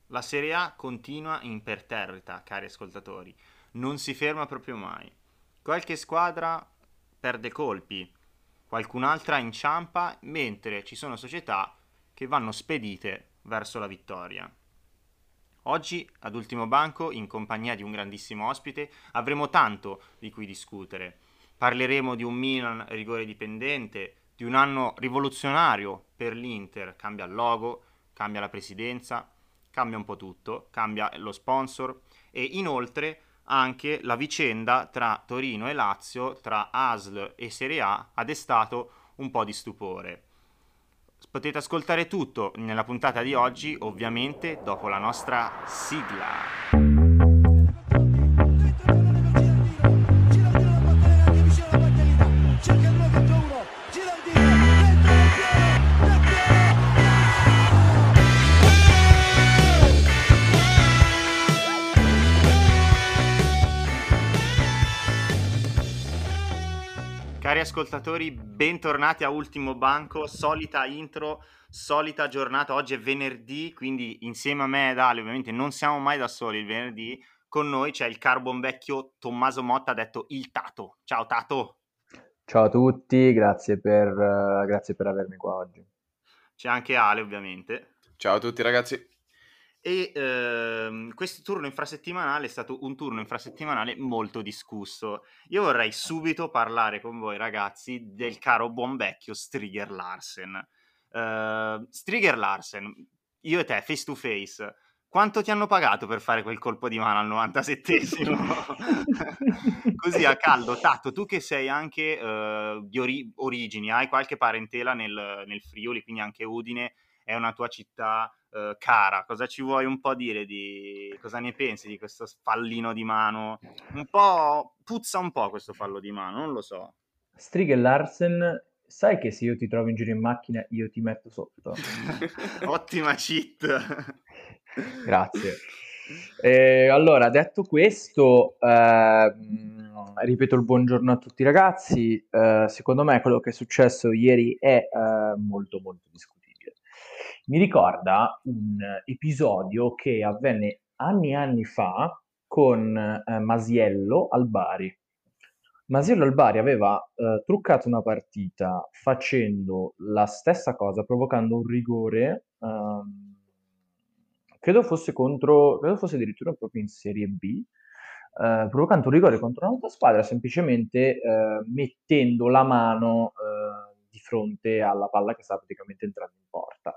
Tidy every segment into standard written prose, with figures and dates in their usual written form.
La Serie A continua imperterrita, cari ascoltatori, non si ferma proprio mai. Qualche squadra perde colpi, qualcun'altra inciampa, mentre ci sono società che vanno spedite verso la vittoria. Oggi, ad Ultimo Banco, in compagnia di un grandissimo ospite, avremo tanto di cui discutere. Parleremo di un Milan rigore dipendente, di un anno rivoluzionario per l'Inter, cambia il logo, cambia la presidenza, cambia un po' tutto, cambia lo sponsor e inoltre anche la vicenda tra Torino e Lazio, tra ASL e Serie A ha destato un po' di stupore. Potete ascoltare tutto nella puntata di oggi, ovviamente dopo la nostra sigla. Cari ascoltatori, bentornati a Ultimo Banco, solita intro, solita giornata, oggi è venerdì, quindi insieme a me ed Ale ovviamente non siamo mai da soli il venerdì, con noi c'è il caro buon vecchio Tommaso Motta, detto il Tato. Ciao Tato! Ciao a tutti, grazie per avermi qua oggi. C'è anche Ale ovviamente. Ciao a tutti ragazzi. E questo turno infrasettimanale è stato un turno infrasettimanale molto discusso. Io vorrei subito parlare con voi ragazzi del caro buon vecchio Striger Larsen. Striger Larsen, io e te face to face, quanto ti hanno pagato per fare quel colpo di mano al 97esimo? Così a caldo, Tatto, tu che sei anche di origini, hai qualche parentela nel Friuli, quindi anche Udine è una tua città cara. Cosa ci vuoi un po' dire di cosa ne pensi di questo fallino di mano? Un po' puzza un po' questo fallo di mano, non lo so. Strigel Larsen, sai che se io ti trovo in giro in macchina io ti metto sotto? Ottima cheat. Grazie. Allora, detto questo, ripeto il buongiorno a tutti i ragazzi. Secondo me quello che è successo ieri è molto molto discutibile. Mi ricorda un episodio che avvenne anni e anni fa con Masiello al Bari. Masiello al Bari aveva truccato una partita facendo la stessa cosa, provocando un rigore, credo fosse addirittura proprio in Serie B, provocando un rigore contro un'altra squadra, semplicemente mettendo la mano di fronte alla palla che stava praticamente entrando in porta.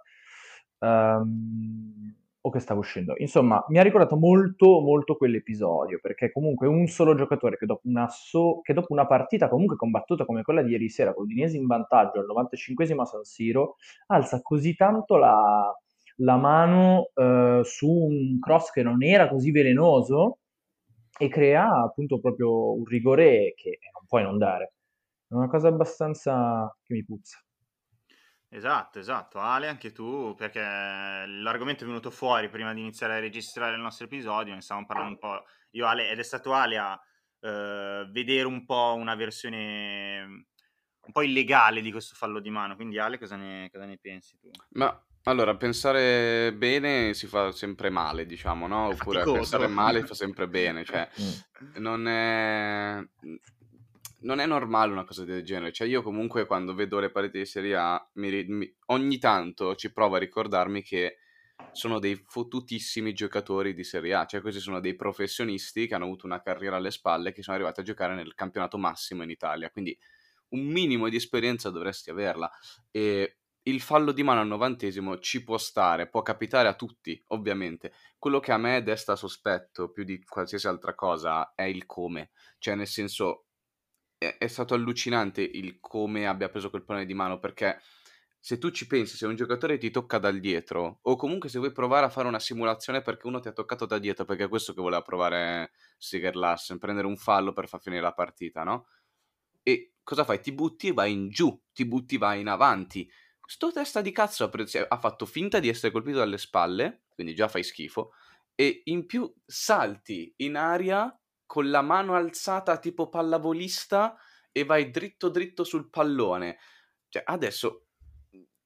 O che stava uscendo. Insomma, mi ha ricordato molto, molto quell'episodio, perché comunque un solo giocatore che dopo una partita comunque combattuta come quella di ieri sera, con l'Udinese in vantaggio al 95esimo a San Siro, alza così tanto la mano su un cross che non era così velenoso e crea appunto proprio un rigore che non puoi non dare. È una cosa abbastanza che mi puzza. Esatto, esatto. Ale, anche tu, perché l'argomento è venuto fuori prima di iniziare a registrare il nostro episodio, ne stavamo parlando un po' io, Ale, ed è stato Ale a vedere un po' una versione un po' illegale di questo fallo di mano. Quindi Ale, cosa ne pensi tu? Ma allora, pensare bene si fa sempre male, diciamo, no? È Oppure pensare faticoso. male fa sempre bene, cioè Mm. non è, non è normale una cosa del genere. Cioè io comunque quando vedo le partite di Serie A ogni tanto ci provo a ricordarmi che sono dei fottutissimi giocatori di Serie A, cioè questi sono dei professionisti che hanno avuto una carriera alle spalle, che sono arrivati a giocare nel campionato massimo in Italia, quindi un minimo di esperienza dovresti averla. E il fallo di mano al 90esimo ci può stare, può capitare a tutti, ovviamente. Quello che a me desta sospetto più di qualsiasi altra cosa è il come. Cioè, nel senso, è stato allucinante il come abbia preso quel pallone di mano, perché se tu ci pensi, se un giocatore ti tocca dal dietro, o comunque se vuoi provare a fare una simulazione perché uno ti ha toccato da dietro, perché è questo che voleva provare Stiger Larsen, prendere un fallo per far finire la partita, no? E cosa fai? Ti butti e vai in giù, ti butti e vai in avanti. Sto testa di cazzo ha fatto finta di essere colpito dalle spalle, quindi già fai schifo, e in più salti in aria con la mano alzata tipo pallavolista e vai dritto dritto sul pallone. Cioè, adesso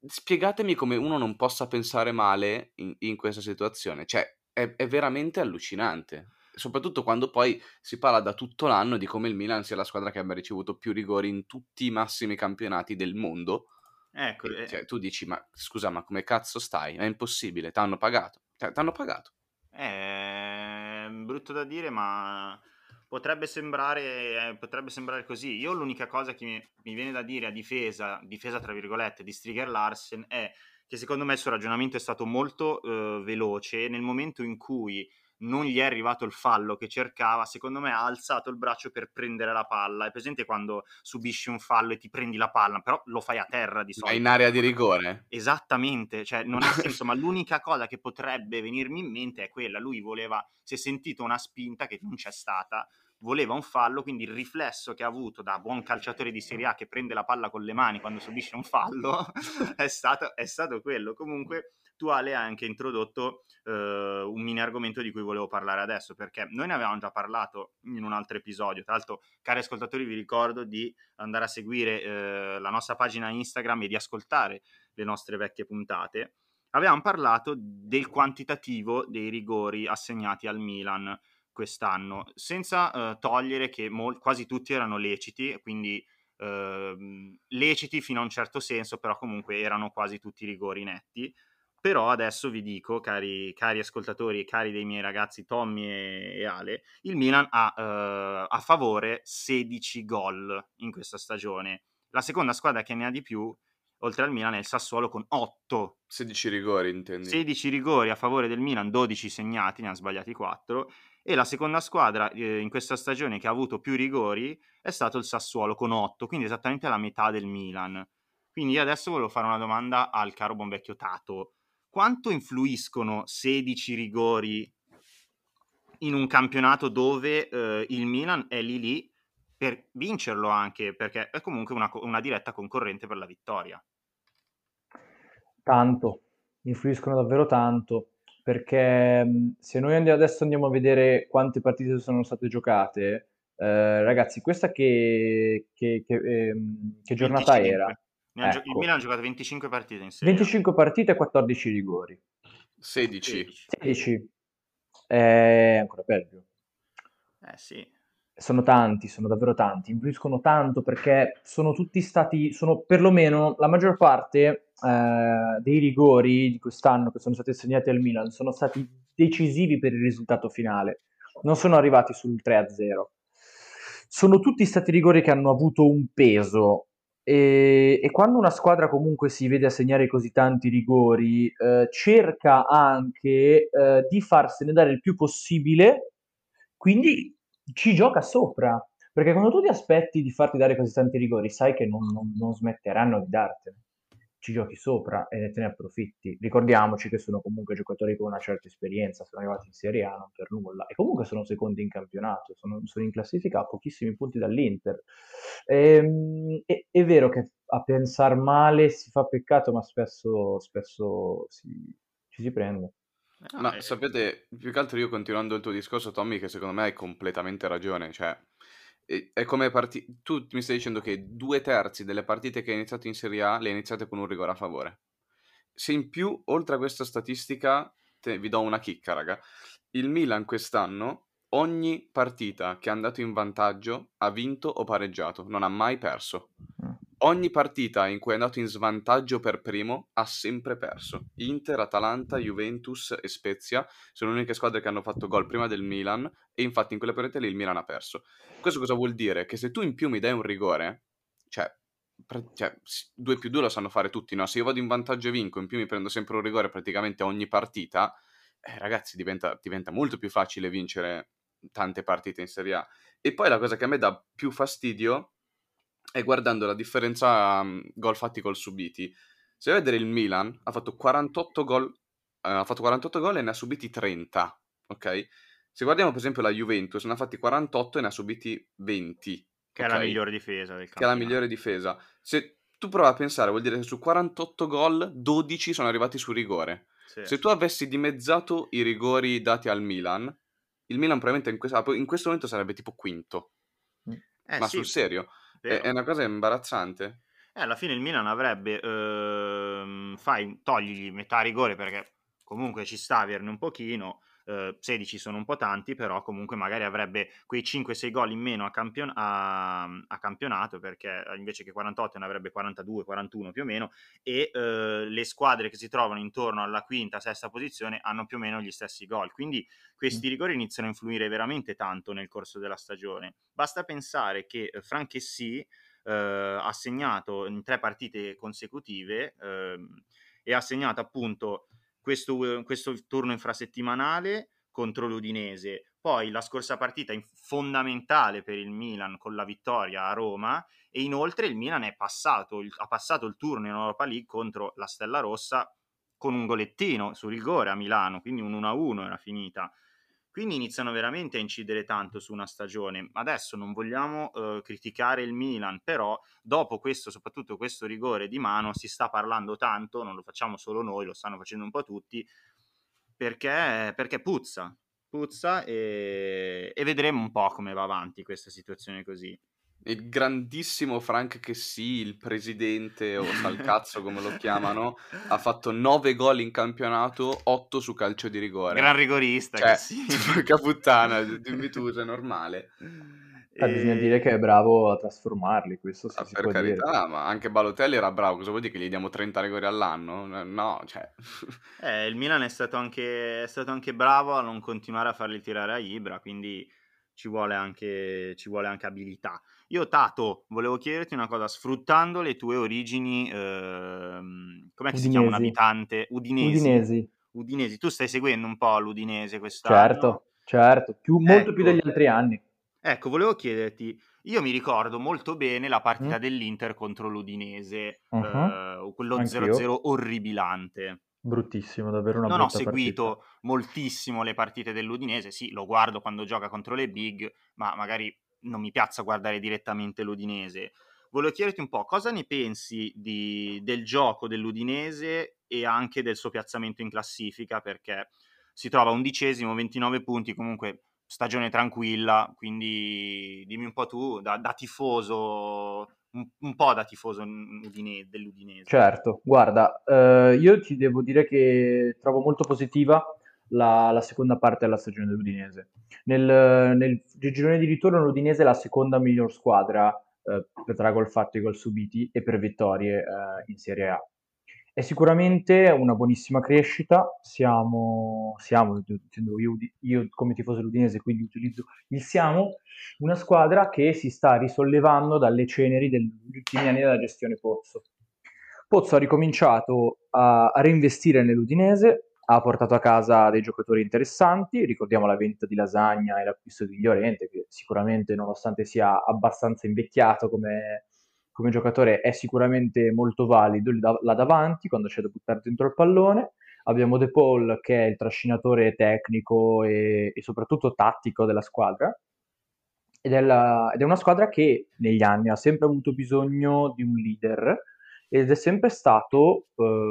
spiegatemi come uno non possa pensare male in questa situazione. Cioè, è veramente allucinante. Soprattutto quando poi si parla da tutto l'anno di come il Milan sia la squadra che abbia ricevuto più rigori in tutti i massimi campionati del mondo. Ecco, E, cioè, tu dici, ma scusa, ma come cazzo stai? È impossibile, t'hanno pagato. T'hanno pagato. è brutto da dire, ma potrebbe sembrare così. Io l'unica cosa che mi viene da dire a difesa tra virgolette, di Striger Larsen è che secondo me il suo ragionamento è stato molto veloce nel momento in cui non gli è arrivato il fallo che cercava, secondo me ha alzato il braccio per prendere la palla. È presente quando subisci un fallo e ti prendi la palla, però lo fai a terra di Ma in solito. area di rigore? Esattamente, cioè non ha senso, ma l'unica cosa che potrebbe venirmi in mente è quella. Lui si è sentito una spinta che non c'è stata, voleva un fallo, quindi il riflesso che ha avuto da buon calciatore di Serie A che prende la palla con le mani quando subisce un fallo è stato quello. Comunque tu Ale hai anche introdotto un mini argomento di cui volevo parlare adesso, perché noi ne avevamo già parlato in un altro episodio. Tra l'altro, cari ascoltatori, vi ricordo di andare a seguire la nostra pagina Instagram e di ascoltare le nostre vecchie puntate. Avevamo parlato del quantitativo dei rigori assegnati al Milan quest'anno, senza togliere che quasi tutti erano leciti, quindi leciti fino a un certo senso, però comunque erano quasi tutti rigori netti. Però adesso vi dico, cari ascoltatori e cari dei miei ragazzi Tommy e Ale, il Milan ha a favore 16 gol in questa stagione. La seconda squadra che ne ha di più, oltre al Milan, è il Sassuolo con 8. 16 rigori, intendi? 16 rigori a favore del Milan, 12 segnati, ne ha sbagliati 4, e la seconda squadra in questa stagione che ha avuto più rigori è stato il Sassuolo con 8, quindi esattamente la metà del Milan. Quindi io adesso volevo fare una domanda al caro buon vecchio Tato. Quanto influiscono 16 rigori in un campionato dove il Milan è lì per vincerlo anche, perché è comunque una diretta concorrente per la vittoria? Tanto, influiscono davvero tanto, perché se noi adesso andiamo a vedere quante partite sono state giocate, ragazzi, questa che giornata 25. era? Il Ecco, Milan ha giocato 25 partite in Serie A. 25 partite e 14 rigori. 16. 16. 16 è ancora peggio. Sì. Sono tanti, sono davvero tanti, influiscono tanto perché sono tutti stati, sono perlomeno la maggior parte dei rigori di quest'anno che sono stati assegnati al Milan sono stati decisivi per il risultato finale, non sono arrivati sul 3-0. Sono tutti stati rigori che hanno avuto un peso e quando una squadra comunque si vede assegnare così tanti rigori, cerca anche di farsene dare il più possibile, quindi ci gioca sopra. Perché quando tu ti aspetti di farti dare così tanti rigori, sai che non smetteranno di dartene. Ci giochi sopra e te ne approfitti. Ricordiamoci che sono comunque giocatori con una certa esperienza, sono arrivati in Serie A non per nulla e comunque sono secondi in campionato, sono in classifica a pochissimi punti dall'Inter. È vero che a pensare male si fa peccato, ma spesso ci si prende. No, Ma sapete, più che altro io continuando il tuo discorso, Tommy, che secondo me hai completamente ragione, cioè è come tu mi stai dicendo che 2/3 delle partite che hai iniziato in Serie A le hai iniziate con un rigore a favore. Se in più, oltre a questa statistica, vi do una chicca, raga. Il Milan quest'anno, ogni partita che è andato in vantaggio ha vinto o pareggiato, non ha mai perso. Mm. Ogni partita in cui è andato in svantaggio per primo ha sempre perso. Inter, Atalanta, Juventus e Spezia sono le uniche squadre che hanno fatto gol prima del Milan e infatti in quelle partite lì il Milan ha perso. Questo cosa vuol dire? Che se tu in più mi dai un rigore, cioè 2 più 2 lo sanno fare tutti, no? Se io vado in vantaggio e vinco, in più mi prendo sempre un rigore praticamente ogni partita, ragazzi, diventa molto più facile vincere tante partite in Serie A. E poi la cosa che a me dà più fastidio è guardando la differenza gol fatti col subiti. Se vai a vedere il Milan ha fatto 48 gol, e ne ha subiti 30, ok? Se guardiamo per esempio la Juventus, ne ha fatti 48 e ne ha subiti 20, che è la ok? migliore difesa del Che è la campionato. migliore difesa. Se tu provi a pensare, vuol dire che su 48 gol, 12 sono arrivati su rigore. Sì. Se tu avessi dimezzato i rigori dati al Milan, il Milan probabilmente in questo momento sarebbe tipo quinto. Ma sul Sì, serio? È vero. una cosa imbarazzante. Alla fine il Milan avrebbe, togligli metà rigore perché comunque ci sta a averne un pochino, 16 sono un po' tanti, però comunque magari avrebbe quei 5-6 gol in meno a campionato, perché invece che 48 ne avrebbe 42-41 più o meno, e le squadre che si trovano intorno alla quinta, sesta posizione hanno più o meno gli stessi gol, quindi questi rigori iniziano a influire veramente tanto nel corso della stagione. Basta pensare che Franchessy ha segnato in 3 partite consecutive e ha segnato appunto questo turno infrasettimanale contro l'Udinese, poi la scorsa partita fondamentale per il Milan con la vittoria a Roma, e inoltre il Milan ha passato il turno in Europa League contro la Stella Rossa con un golettino su rigore a Milano, quindi un 1-1 era finita. Quindi iniziano veramente a incidere tanto su una stagione. Adesso non vogliamo criticare il Milan, però dopo questo, soprattutto questo rigore di mano, si sta parlando tanto, non lo facciamo solo noi, lo stanno facendo un po' tutti, perché puzza e vedremo un po' come va avanti questa situazione così. Il grandissimo Frank Kessy, il presidente o Salcazzo come lo chiamano, ha fatto 9 gol in campionato, 8 su calcio di rigore. Gran rigorista che Cioè, sì. porca puttana, dimmi tu se è normale. Bisogna dire che è bravo a trasformarli, questo sì, si Per può dire. carità, ma anche Balotelli era bravo, cosa vuol dire che gli diamo 30 rigori all'anno? No, cioè... Il Milan è stato anche bravo a non continuare a farli tirare a Ibra, quindi ci vuole anche abilità. Io, Tato, volevo chiederti una cosa, sfruttando le tue origini, com'è che si chiama un Udinesi. abitante? Udinesi? Udinesi, Udinesi, tu stai seguendo un po' l'Udinese quest'anno? certo, certo, molto più degli Ecco, altri anni. volevo chiederti, io mi ricordo molto bene la Mm? partita dell'Inter contro l'Udinese, Mhm. quello Anch'io. 0-0 orribilante. Bruttissimo, davvero una Non ho brutta partita. seguito moltissimo le partite dell'Udinese, sì, lo guardo quando gioca contro le big, ma magari non mi piace guardare direttamente l'Udinese. Volevo chiederti un po' cosa ne pensi del gioco dell'Udinese e anche del suo piazzamento in classifica, perché si trova 11esimo, 29 punti, comunque stagione tranquilla, quindi dimmi un po' tu, da tifoso, un po' da tifoso dell'Udinese. Certo, guarda, io ti devo dire che trovo molto positiva la seconda parte della stagione dell'Udinese. Nel girone di ritorno l'Udinese è la seconda miglior squadra, per gol fatti e gol subiti e per vittorie, in Serie A. È sicuramente una buonissima crescita, intendo io come tifoso dell'Udinese, quindi utilizzo il siamo, una squadra che si sta risollevando dalle ceneri degli ultimi anni della gestione Pozzo. Pozzo ha ricominciato a reinvestire nell'Udinese, ha portato a casa dei giocatori interessanti, ricordiamo la vendita di Lasagna e l'acquisto di Llorente, che sicuramente nonostante sia abbastanza invecchiato come giocatore è sicuramente molto valido là davanti quando c'è da buttare dentro il pallone. Abbiamo De Paul che è il trascinatore tecnico e soprattutto tattico della squadra ed è una squadra che negli anni ha sempre avuto bisogno di un leader ed è sempre stato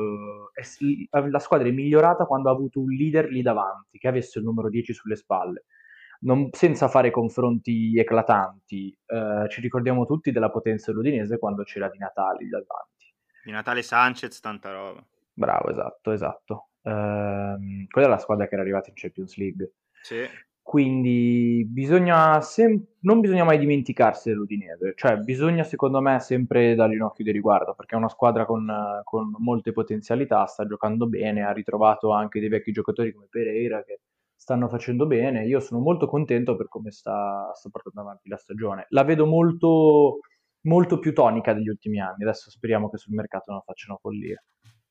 la squadra è migliorata quando ha avuto un leader lì davanti che avesse il numero 10 sulle spalle. Senza fare confronti eclatanti, ci ricordiamo tutti della potenza dell'Udinese quando c'era Di Natale lì davanti. Di Natale Sanchez, tanta roba. Bravo, esatto, esatto. Quella è la squadra che era arrivata in Champions League. Sì. Quindi non bisogna mai dimenticarsi dell'Udinese, cioè bisogna secondo me sempre dargli un occhio di riguardo perché è una squadra con molte potenzialità, sta giocando bene, ha ritrovato anche dei vecchi giocatori come Pereira che stanno facendo bene. Io sono molto contento per come sta portando avanti la stagione. La vedo molto, molto più tonica degli ultimi anni. Adesso speriamo che sul mercato non facciano follie.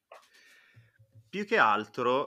Più che altro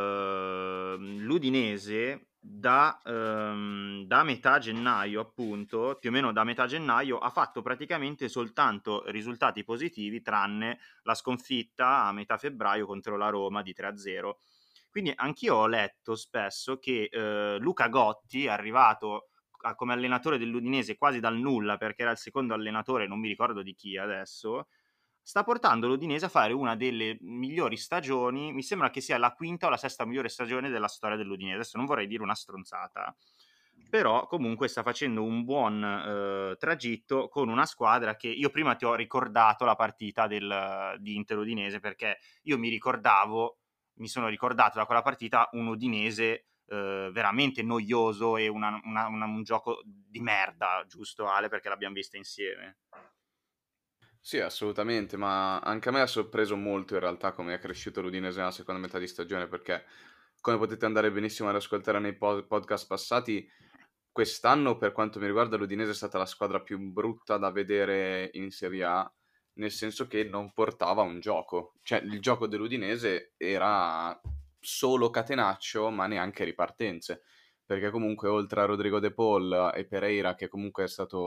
l'Udinese da metà gennaio, appunto, più o meno da metà gennaio, ha fatto praticamente soltanto risultati positivi, tranne la sconfitta a metà febbraio contro la Roma di 3-0. Quindi anch'io ho letto spesso che Luca Gotti, arrivato come allenatore dell'Udinese quasi dal nulla, perché era il secondo allenatore, non mi ricordo di chi adesso, sta portando l'Udinese a fare una delle migliori stagioni, mi sembra che sia la quinta o la sesta migliore stagione della storia dell'Udinese, adesso non vorrei dire una stronzata, però comunque sta facendo un buon tragitto con una squadra che io prima ti ho ricordato la partita di Inter-Udinese, perché io mi sono ricordato da quella partita un Udinese veramente noioso e un gioco di merda, giusto Ale, perché l'abbiamo vista insieme. Sì, assolutamente, ma anche a me ha sorpreso molto in realtà come è cresciuto l'Udinese nella seconda metà di stagione, perché come potete andare benissimo ad ascoltare nei podcast passati, quest'anno per quanto mi riguarda l'Udinese è stata la squadra più brutta da vedere in Serie A, nel senso che non portava un gioco. Cioè il gioco dell'Udinese era solo catenaccio, ma neanche ripartenze, perché comunque oltre a Rodrigo De Paul e Pereira, che comunque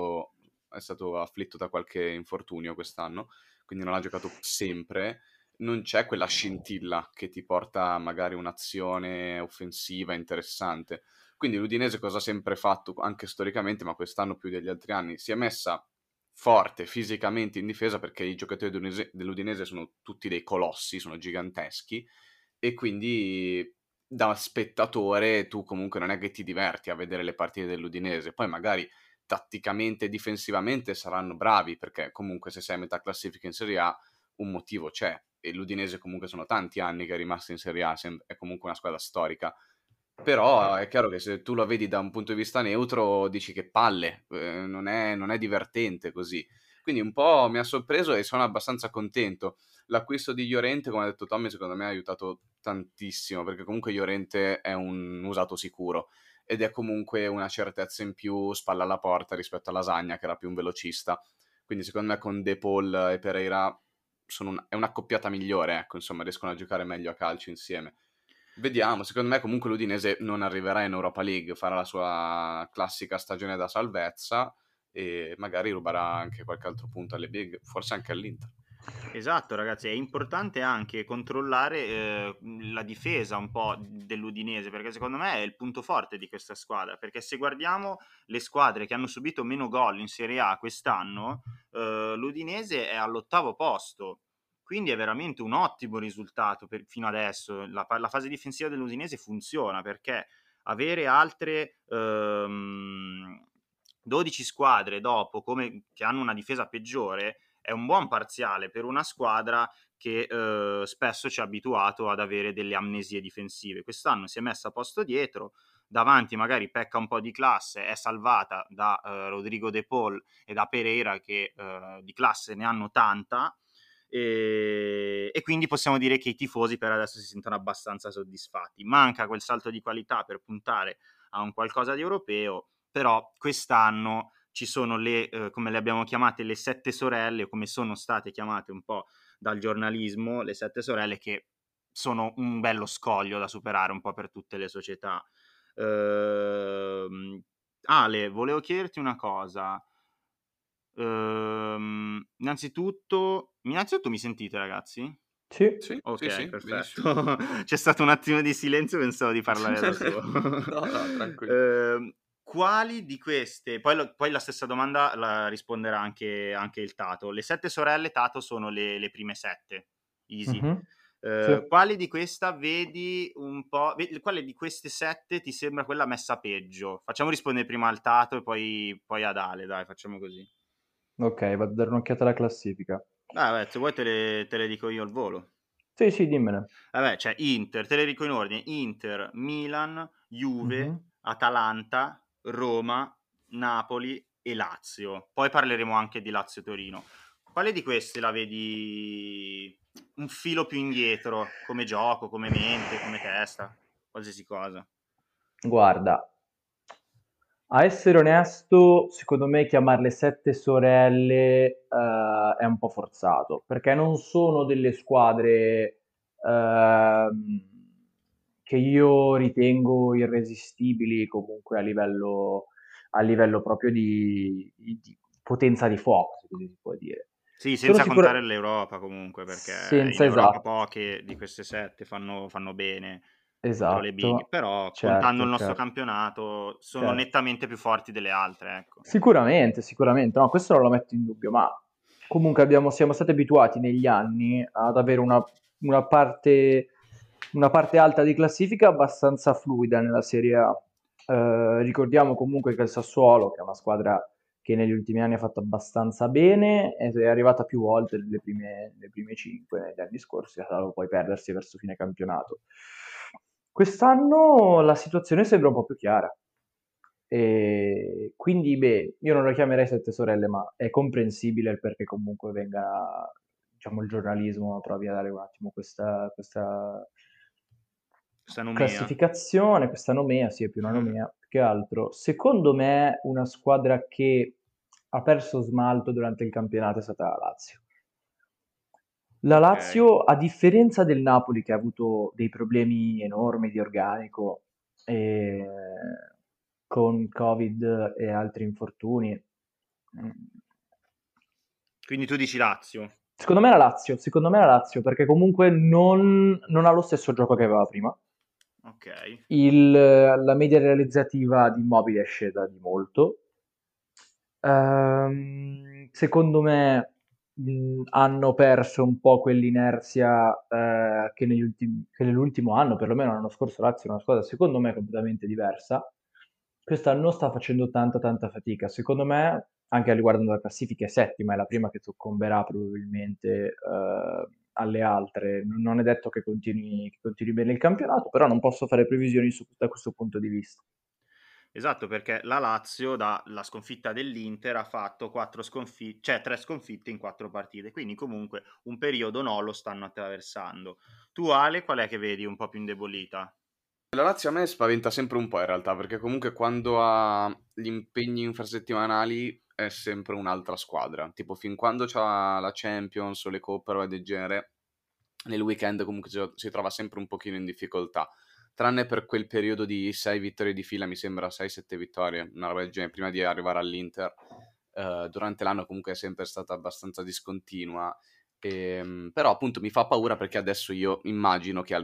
è stato afflitto da qualche infortunio quest'anno, quindi non ha giocato sempre, non c'è quella scintilla che ti porta magari un'azione offensiva interessante. Quindi l'Udinese cosa ha sempre fatto, anche storicamente, ma quest'anno più degli altri anni, si è messa forte fisicamente in difesa perché i giocatori dell'Udinese sono tutti dei colossi, sono giganteschi e quindi da spettatore tu comunque non è che ti diverti a vedere le partite dell'Udinese, poi magari tatticamente e difensivamente saranno bravi perché comunque se sei a metà classifica in Serie A un motivo c'è e l'Udinese comunque sono tanti anni che è rimasto in Serie A, è comunque una squadra storica. Però è chiaro che se tu la vedi da un punto di vista neutro dici che palle, non è divertente così. Quindi un po' mi ha sorpreso e sono abbastanza contento. L'acquisto di Llorente, come ha detto Tommy, secondo me ha aiutato tantissimo, perché comunque Llorente è un usato sicuro ed è comunque una certezza in più spalla alla porta rispetto a Lasagna, che era più un velocista. Quindi secondo me con De Paul e Pereira è un'accoppiata migliore, ecco, insomma, riescono a giocare meglio a calcio insieme. Vediamo, secondo me comunque l'Udinese non arriverà in Europa League, farà la sua classica stagione da salvezza e magari ruberà anche qualche altro punto alle big, forse anche all'Inter. Esatto, ragazzi, è importante anche controllare la difesa un po' dell'Udinese, perché secondo me è il punto forte di questa squadra, perché se guardiamo le squadre che hanno subito meno gol in Serie A quest'anno, l'Udinese è all'8º posto, quindi è veramente un ottimo risultato fino adesso. La fase difensiva dell'Udinese funziona, perché avere altre 12 squadre dopo che hanno una difesa peggiore è un buon parziale per una squadra che spesso ci ha abituato ad avere delle amnesie difensive. Quest'anno si è messa a posto dietro, davanti magari pecca un po' di classe, è salvata da Rodrigo De Paul e da Pereira che di classe ne hanno tanta, e quindi possiamo dire che i tifosi per adesso si sentono abbastanza soddisfatti. Manca quel salto di qualità per puntare a un qualcosa di europeo, però quest'anno ci sono come le abbiamo chiamate, le 7 sorelle, o come sono state chiamate un po' dal giornalismo, le 7 sorelle, che sono un bello scoglio da superare un po' per tutte le società. Ale, volevo chiederti una cosa. Innanzitutto mi sentite, ragazzi? Sì. Sì, sì, Ok, sì, perfetto. benissimo. C'è stato un attimo di silenzio, pensavo di parlare da solo. No, no, tranquillo. Quali di queste, poi la stessa domanda la risponderà anche il Tato. Le 7 sorelle Tato sono le prime 7, easy. Mhm. Sì. Quali di questa vedi un po', quale di queste 7 ti sembra quella messa peggio? Facciamo rispondere prima al Tato e poi ad Ale, dai, facciamo così. Ok, vado a dare un'occhiata alla classifica. Vabbè, se vuoi te le dico io al volo. Sì, sì, dimmene. Vabbè, c'è Inter, te le dico in ordine: Inter, Milan, Juve, Mhm. Atalanta, Roma, Napoli e Lazio. Poi parleremo anche di Lazio-Torino. Quale di queste la vedi un filo più indietro, come gioco, come mente, come testa, qualsiasi cosa? Guarda, a essere onesto, secondo me chiamarle sette sorelle è un po' forzato, perché non sono delle squadre ehm, che io ritengo irresistibili comunque a livello proprio di potenza di fuoco, se così si può dire. Sì, Sono senza sicuro... contare l'Europa comunque, perché in Senza Europa esatto, poche di queste 7 fanno bene contro le big, esatto, però contando il certo, nostro certo, campionato sono certo. nettamente più forti delle altre, ecco. Sicuramente, sicuramente, no, questo non lo metto in dubbio, ma comunque siamo stati abituati negli anni ad avere una parte alta di classifica abbastanza fluida nella Serie A. Ricordiamo comunque che il Sassuolo, che è una squadra che negli ultimi anni ha fatto abbastanza bene, è arrivata più volte nelle prime 5 negli anni scorsi, salvo poi perdersi verso fine campionato. Quest'anno la situazione sembra un po' più chiara. E quindi, beh, io non lo chiamerei Sette Sorelle, ma è comprensibile il perché comunque venga, diciamo, il giornalismo provi a dare un attimo questa Questa nomea. classificazione, questa nomea, sì, è più una nomea, più che altro. Secondo me, una squadra che ha perso smalto durante il campionato è stata la Lazio. La Ok. Lazio, a differenza del Napoli, che ha avuto dei problemi enormi di organico, eh, con Covid e altri infortuni, mm, Quindi tu dici Lazio. secondo me la Lazio, perché comunque non ha lo stesso gioco che aveva prima. Ok. La media realizzativa di Immobile è scesa di molto. Secondo me hanno perso un po' quell'inerzia che nell'ultimo anno, perlomeno l'anno scorso, Lazio è una squadra secondo me completamente diversa. Quest'anno sta facendo tanta fatica. Secondo me, anche riguardando la classifica, è settima, è la prima che soccomberà probabilmente alle altre. Non è detto che continui bene il campionato, però non posso fare previsioni da questo punto di vista. Esatto, perché la Lazio dalla sconfitta dell'Inter ha fatto 3 sconfitte in 4 partite, quindi comunque un periodo no lo stanno attraversando. Tu Ale, qual è che vedi un po' più indebolita? La Lazio a me spaventa sempre un po' in realtà, perché comunque quando ha gli impegni infrasettimanali è sempre un'altra squadra. Tipo, fin quando c'ha la Champions o le coppe o roba del genere, nel weekend comunque si trova sempre un pochino in difficoltà. Tranne per quel periodo di 6 vittorie di fila, mi sembra 6-7 vittorie, una roba del genere, prima di arrivare all'Inter. Durante l'anno comunque è sempre stata abbastanza discontinua. Però appunto mi fa paura perché adesso io immagino che al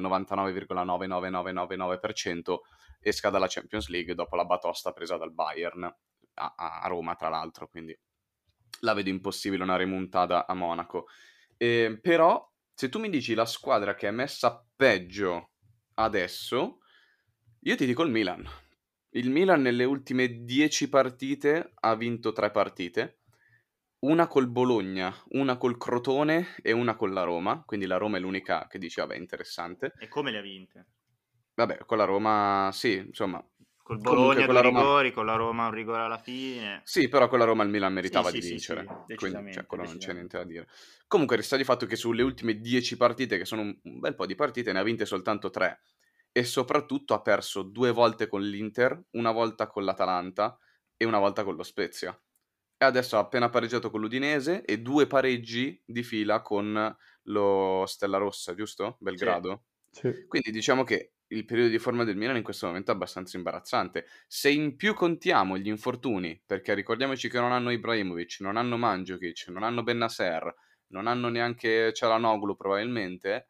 99,99999% esca dalla Champions League dopo la batosta presa dal Bayern a Roma, tra l'altro, quindi la vedo impossibile una remontata a Monaco. Però se tu mi dici la squadra che è messa peggio adesso, io ti dico il Milan. Il Milan nelle ultime 10 partite ha vinto 3 partite, una col Bologna, una col Crotone e una con la Roma, quindi la Roma è l'unica che dice vabbè interessante. E come le ha vinte? Vabbè, con la Roma sì, insomma, Col comunque Bologna con due la Roma rigori, con la Roma un rigore alla fine. sì, però con la Roma il Milan Sì, meritava sì, di sì, sì, vincere, quindi cioè, decisamente, quello non c'è niente decisamente. da dire. Comunque resta di fatto che sulle ultime 10 partite, che sono un bel po' di partite, ne ha vinte soltanto 3 e soprattutto ha perso 2 volte con l'Inter, una volta con l'Atalanta e una volta con lo Spezia. E adesso ha appena pareggiato con l'Udinese e 2 pareggi di fila con lo Stella Rossa, giusto? Sì. Belgrado. Sì. Quindi diciamo che il periodo di forma del Milan in questo momento è abbastanza imbarazzante. Se in più contiamo gli infortuni, perché ricordiamoci che non hanno Ibrahimovic, non hanno Mandzukic, non hanno Bennacer, non hanno neanche Çalhanoğlu probabilmente,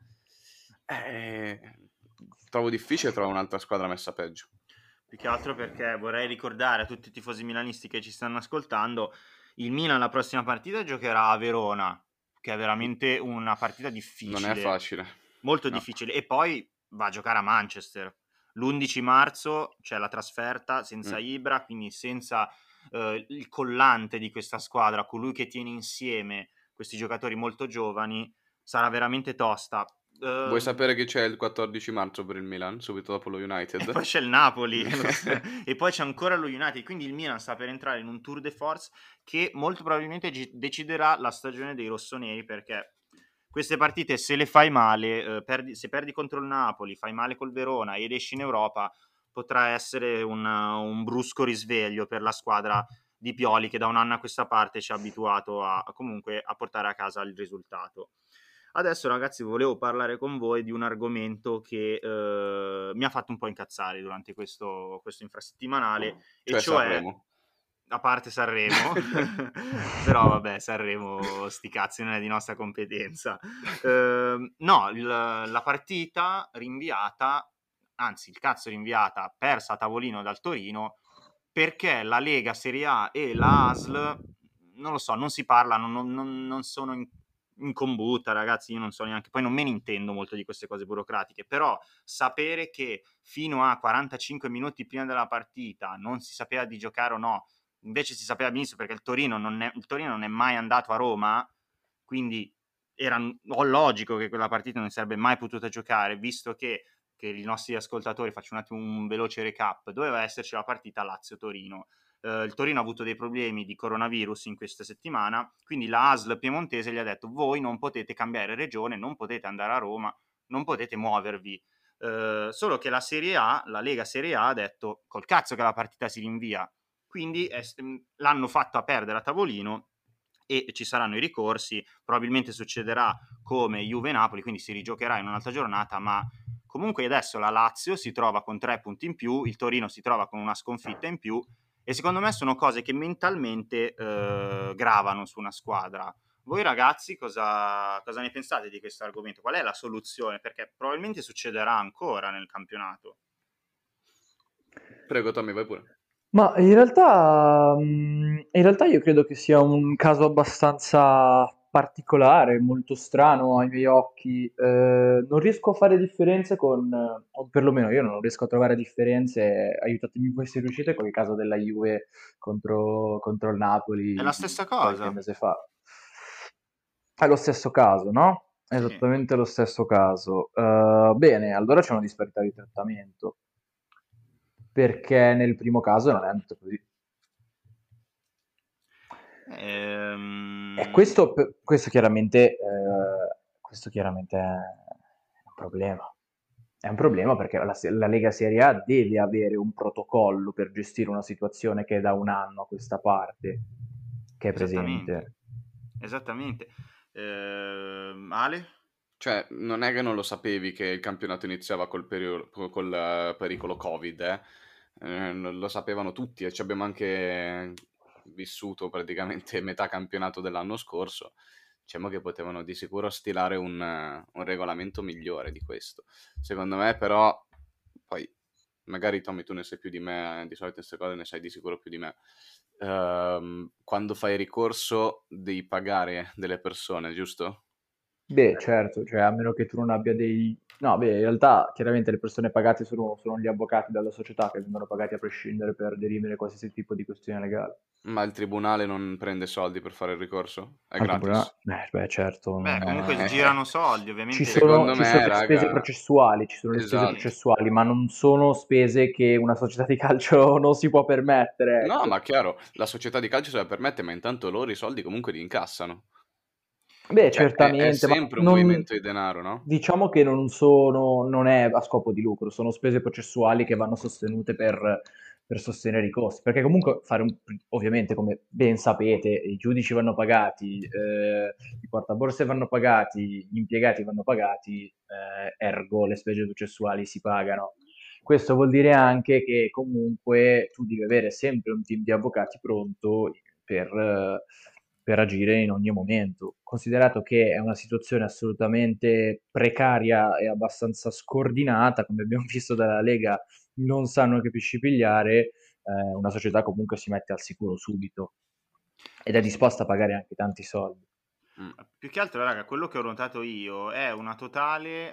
eh, trovo difficile trovare un'altra squadra messa peggio. Più che altro perché vorrei ricordare a tutti i tifosi milanisti che ci stanno ascoltando, il Milan la prossima partita giocherà a Verona, che è veramente una partita Non è difficile, facile. molto No. difficile, e poi va a giocare a Manchester. L'11 marzo c'è la trasferta senza Mm. Ibra, quindi senza il collante di questa squadra, colui che tiene insieme questi giocatori molto giovani, sarà veramente tosta. Vuoi Eh, sapere che c'è il 14 marzo per il Milan, subito dopo lo e United? poi c'è il Napoli e poi c'è ancora lo United, quindi il Milan sta per entrare in un tour de force che molto probabilmente deciderà la stagione dei rossoneri, perché queste partite se le fai male, se perdi contro il Napoli, fai male col Verona ed esci in Europa, potrà essere un brusco risveglio per la squadra di Pioli, che da un anno a questa parte ci ha abituato comunque a portare a casa il risultato. Adesso ragazzi volevo parlare con voi di un argomento che mi ha fatto un po' incazzare durante questo infrasettimanale, e Cioè cioè, Sanremo. a parte Sanremo, però vabbè, Sanremo sti cazzi, non è di nostra competenza. No, la partita rinviata, anzi il cazzo rinviata, persa a tavolino dal Torino, perché la Lega Serie A e la ASL, non lo so, non si parlano, non sono in combutta, ragazzi, io non so neanche, poi non me ne intendo molto di queste cose burocratiche, però sapere che fino a 45 minuti prima della partita non si sapeva di giocare o no, invece si sapeva benissimo perché il Torino non è mai andato a Roma, quindi era logico che quella partita non si sarebbe mai potuta giocare, visto che i nostri ascoltatori, faccio un attimo un veloce recap, doveva esserci la partita Lazio-Torino. Il Torino ha avuto dei problemi di coronavirus in questa settimana, quindi la ASL piemontese gli ha detto: voi non potete cambiare regione, non potete andare a Roma, non potete muovervi. Solo che la Serie A, la Lega Serie A, ha detto: col cazzo che la partita si rinvia. Quindi l'hanno fatta perdere a tavolino e ci saranno i ricorsi. Probabilmente succederà come Juve-Napoli, quindi si rigiocherà in un'altra giornata, ma comunque adesso la Lazio si trova con 3 punti in più, il Torino si trova con una sconfitta in più, e secondo me sono cose che mentalmente gravano su una squadra. Voi ragazzi cosa ne pensate di questo argomento? Qual è la soluzione? Perché probabilmente succederà ancora nel campionato. Prego, Tommy, vai pure. Ma in realtà io credo che sia un caso abbastanza particolare, molto strano ai miei occhi. Non riesco a fare differenze o perlomeno io non riesco a trovare differenze, aiutatemi voi se riuscite, con il caso della Juve contro il È Napoli la di stessa qualche cosa. mese fa. È lo stesso caso, no? Sì. Esattamente lo stesso caso. Bene, allora c'è una disparità di trattamento, perché nel primo caso non è andato così. E Ehm, questo chiaramente è un problema. È un problema perché la Lega Serie A deve avere un protocollo per gestire una situazione che è da un anno a questa parte, che è Esattamente. presente. Esattamente. Ale? Cioè, non è che non lo sapevi che il campionato iniziava col pericolo Covid, eh? Lo sapevano tutti e ci abbiamo anche vissuto praticamente metà campionato dell'anno scorso. Diciamo che potevano di sicuro stilare un regolamento migliore di questo. Secondo me, però, poi magari Tommy tu ne sai più di me, di solito queste cose ne sai di sicuro più di me. Quando fai ricorso devi pagare delle persone, giusto? Beh, certo, cioè a meno che tu non abbia dei... No, beh, in realtà chiaramente le persone pagate sono gli avvocati della società che vengono pagati a prescindere per dirimere qualsiasi tipo di questione legale. Ma il tribunale non prende soldi per fare il ricorso? È Al tribunale? gratis? Beh, certo, Beh, non... comunque girano soldi, Ci ovviamente. sono, Secondo ci sono me, le spese raga, processuali, ci sono le spese Sì. esatto. processuali, ma non sono spese che una società di calcio non si può permettere, No, ecco. ma chiaro, la società di calcio se la permette, ma intanto loro i soldi comunque li incassano. Beh, Cioè, è certamente, ma sempre un movimento di denaro, no? diciamo che non è a scopo di lucro, sono spese processuali che vanno sostenute per sostenere i costi, perché comunque ovviamente, come ben sapete, i giudici vanno pagati, i portaborse vanno pagati, gli impiegati vanno pagati, ergo le spese processuali si pagano. Questo vuol dire anche che comunque tu devi avere sempre un team di avvocati pronto per agire in ogni momento. Considerato che è una situazione assolutamente precaria e abbastanza scordinata, come abbiamo visto dalla Lega, non sanno che pesci pigliare, una società comunque si mette al sicuro subito ed è Sì. disposta a pagare anche tanti soldi. Mm. Più che altro, raga, quello che ho notato io è una totale,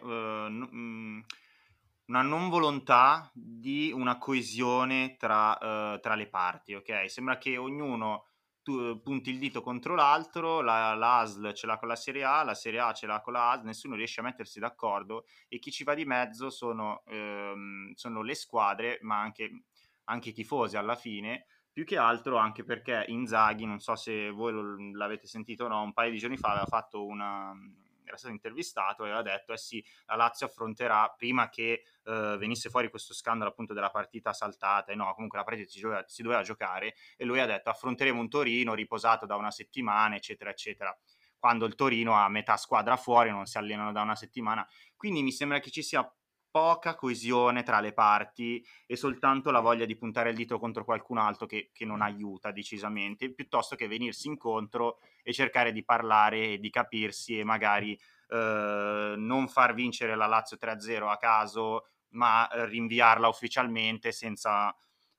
una non volontà di una coesione tra le parti, ok? Sembra che ognuno punti il dito contro l'altro, la ASL ce l'ha con la Serie A ce l'ha con la ASL, nessuno riesce a mettersi d'accordo e chi ci va di mezzo sono le squadre, ma anche i tifosi alla fine, più che altro anche perché Inzaghi, non so se voi l'avete sentito o no, un paio di giorni fa aveva fatto era stato intervistato e aveva detto: eh sì, la Lazio affronterà, prima che venisse fuori questo scandalo appunto della partita saltata, e no, comunque la partita si doveva giocare, e lui ha detto: affronteremo un Torino riposato da una settimana, eccetera, eccetera. Quando il Torino ha metà squadra fuori, non si allenano da una settimana. Quindi mi sembra che ci sia poca coesione tra le parti e soltanto la voglia di puntare il dito contro qualcun altro che non aiuta decisamente, piuttosto che venirsi incontro e cercare di parlare e di capirsi e magari non far vincere la Lazio 3-0 a caso, ma rinviarla ufficialmente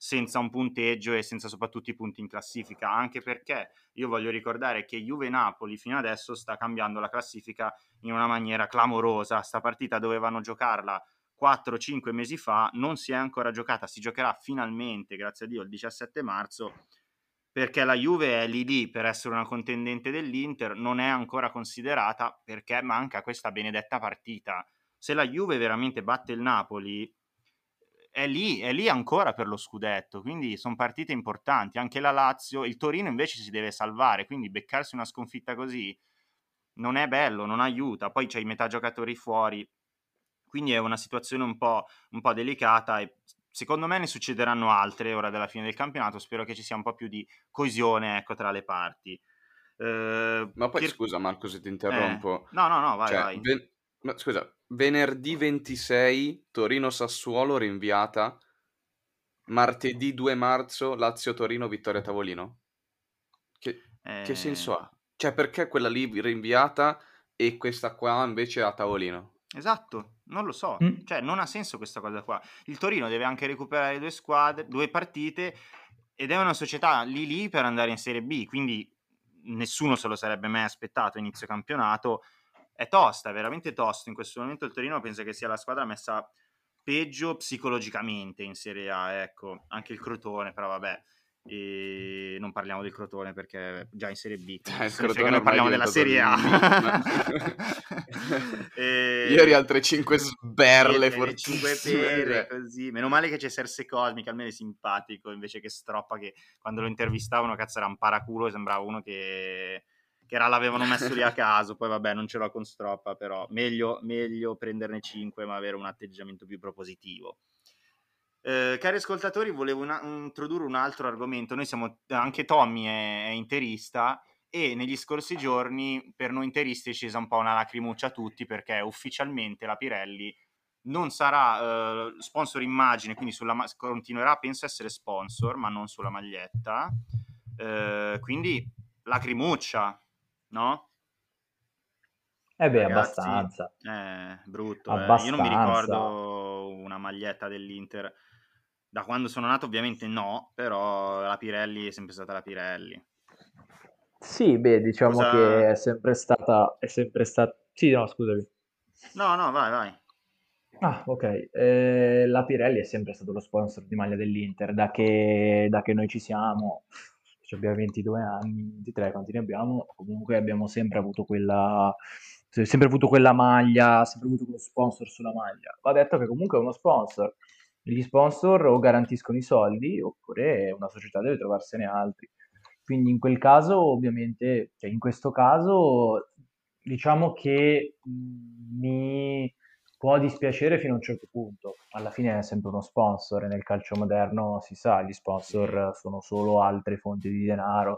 senza un punteggio e senza soprattutto i punti in classifica, anche perché io voglio ricordare che Juve-Napoli fino adesso sta cambiando la classifica in una maniera clamorosa. Sta partita dovevano giocarla 4-5 mesi fa, non si è ancora giocata, si giocherà finalmente, grazie a Dio, il 17 marzo, perché la Juve è lì per essere una contendente dell'Inter, non è ancora considerata perché manca questa benedetta partita. Se la Juve veramente batte il Napoli, è lì ancora per lo scudetto, quindi sono partite importanti. Anche la Lazio, il Torino invece si deve salvare, quindi beccarsi una sconfitta così non è bello, non aiuta. Poi c'hai metà giocatori fuori, quindi è una situazione un po' delicata e secondo me ne succederanno altre ora della fine del campionato. Spero che ci sia un po' più di coesione, ecco, tra le parti. Ma poi scusa Marco se ti interrompo, No, no, no, vai, cioè vai. ma scusa, venerdì 26 Torino-Sassuolo rinviata, martedì 2 marzo Lazio-Torino vittoria a tavolino? Che Eh, senso ha? Cioè perché quella lì rinviata e questa qua invece a tavolino? esatto, non lo so. Mm. Cioè, non ha senso questa cosa qua. Il Torino deve anche recuperare due squadre, due partite, ed è una società lì per andare in Serie B, quindi nessuno se lo sarebbe mai aspettato a inizio campionato. È tosta, è veramente tosta. In questo momento il Torino pensa che sia la squadra messa peggio psicologicamente in Serie A, ecco. Anche il Crotone, però vabbè. E non parliamo del Crotone perché è già in Serie B, quindi chi Il se ne frega, Crotone noi ormai è parliamo della diventato Serie il A. Ieri E altre 5 sberle le 5 fortissime, pere, cioè. così. Meno male che c'è Serse Cosmi, che almeno è simpatico, invece che Stroppa, che quando lo intervistavano, cazzo, era un paraculo e sembrava uno che l'avevano messo lì a caso. Poi vabbè, non ce l'ho con Stroppa, però meglio prenderne 5 ma avere un atteggiamento più propositivo. Cari ascoltatori, volevo introdurre un altro argomento. Noi siamo, anche Tommy è interista, e negli scorsi giorni per noi interisti è scesa un po' una lacrimuccia a tutti, perché ufficialmente la Pirelli non sarà sponsor immagine, quindi continuerà, penso, a essere sponsor, ma non sulla maglietta. Quindi lacrimuccia, no? Eh beh, Ragazzi, abbastanza, brutto. Io non mi abbastanza. ricordo una maglietta dell'Inter. Da quando sono nato ovviamente no, però la Pirelli è sempre stata la Pirelli. Sì, beh, diciamo Cosa... che è sempre stata, sì, no, scusami. No, no, vai, vai. Ah, ok. La Pirelli è sempre stato lo sponsor di maglia dell'Inter da che noi ci siamo. Cioè, abbiamo 22 anni, 23, quanti ne abbiamo? Comunque abbiamo sempre avuto quella maglia, sempre avuto quello sponsor sulla maglia. Va detto che comunque è uno sponsor. Gli sponsor o garantiscono i soldi oppure una società deve trovarsene altri. Quindi in quel caso, ovviamente, cioè in questo caso, diciamo che mi può dispiacere fino a un certo punto. Alla fine è sempre uno sponsor e nel calcio moderno si sa, gli Sì. sponsor sono solo altre fonti di denaro,